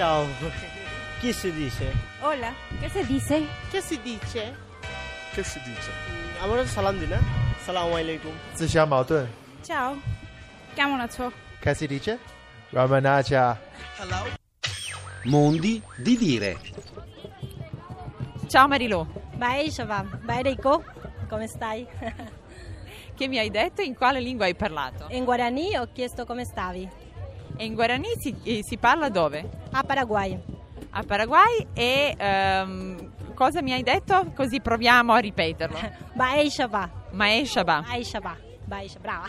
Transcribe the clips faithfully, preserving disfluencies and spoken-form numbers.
Ciao. Chi si dice? Hola, ¿qué se dice? ¿Qué se dice? ¿Qué se dice? আমরা সালাম দিই না আসসালামু আলাইকুম 自相矛盾 Ciao, কেমন আছো? che si dice? Ramanaja Mondi di dire. Ciao Marilù, Bye Shava, bye Reiko, come stai? che mi hai detto? In quale lingua hai parlato? In Guarani ho chiesto come stavi. E in Guarani si, eh, si parla dove? A Paraguay. A Paraguay e ehm, cosa mi hai detto? Così proviamo a ripeterlo. Bye Shava, Mae Shaba. bye Shava, bye Shava, brava.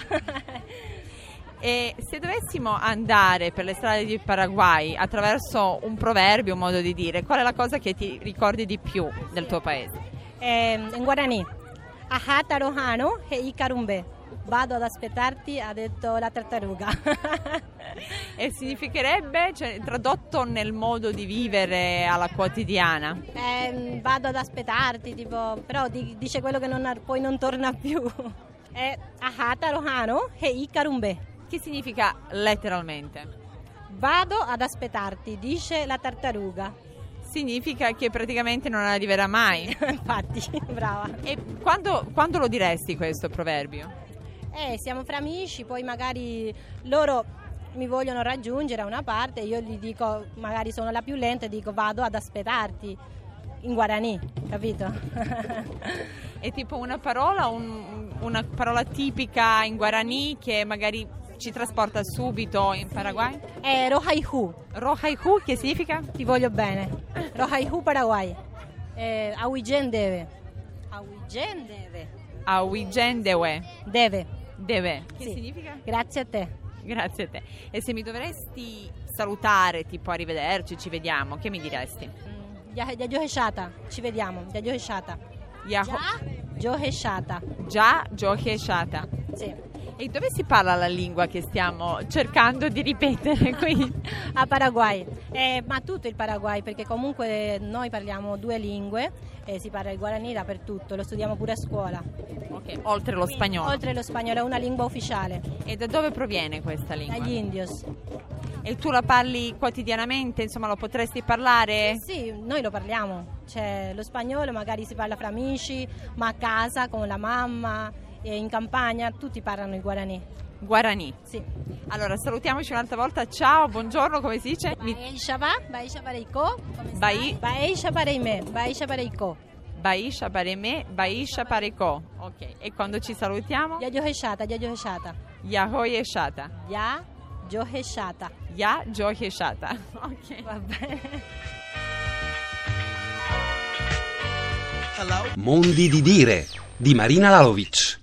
E se dovessimo andare per le strade di Paraguay attraverso un proverbio, un modo di dire, qual è la cosa che ti ricordi di più del tuo paese? Eh, in Guarani, Aha Tarohano e Icarumbe. Vado ad aspettarti, ha detto la tartaruga. E significherebbe, cioè, tradotto nel modo di vivere alla quotidiana? Eh, vado ad aspettarti, tipo, però di- dice quello che non, poi non torna più. È Aha Tarohano e Icarumbe. Che significa letteralmente? Vado ad aspettarti, dice la tartaruga. Significa che praticamente non arriverà mai. Infatti, brava. E quando, quando lo diresti questo proverbio? Eh, siamo fra amici, poi magari loro mi vogliono raggiungere a una parte, io gli dico, magari sono la più lenta e dico vado ad aspettarti in Guarani, capito? È tipo una parola, un- una parola tipica in Guarani che magari ci trasporta subito in Paraguay? Eh, Rohaihu, Rohaihu, che significa? ti voglio bene. Rohaihu Paraguay. Eh, Awigen deve. Awigen deve. Awigendewe. Deve. Deve. Che Sì. significa? Grazie a te. Grazie a te. E se mi dovresti salutare, tipo arrivederci, ci vediamo, che mi diresti? Giaggio Heshata, ci vediamo. Giaggio Heshata. Yaho- Giaggio Heshata. Già, giochi Shata. Sì. E dove si parla la lingua che stiamo cercando di ripetere qui? A Paraguay, eh, ma tutto il Paraguay, perché comunque noi parliamo due lingue, eh, si parla il guarani dappertutto, lo studiamo pure a scuola. Ok, oltre lo spagnolo. Oltre lo spagnolo è una lingua ufficiale, E da dove proviene questa lingua? dagli indios. E tu la parli quotidianamente? Insomma, lo potresti parlare? Sì, noi lo parliamo, cioè lo spagnolo magari si parla fra amici, ma a casa con la mamma, e in campagna tutti parlano il guarani. Guarani. Sì. Allora, salutiamoci un'altra volta. Ciao, buongiorno, come si dice? Mi- Baisha va, Baisha Pareiko, Bai- Baisha Pareime, Baisha Pareiko. Baisha Bareme, Baisha Pareco. Ok, e quando ci salutiamo? Giaggio Heshata, Giaggio Heshata. Yahoy e Shata. Ya, Gio Heshata. Ya, Giochi e Shata. Ok. Va bene. Mondi di dire di Marina Lalovic.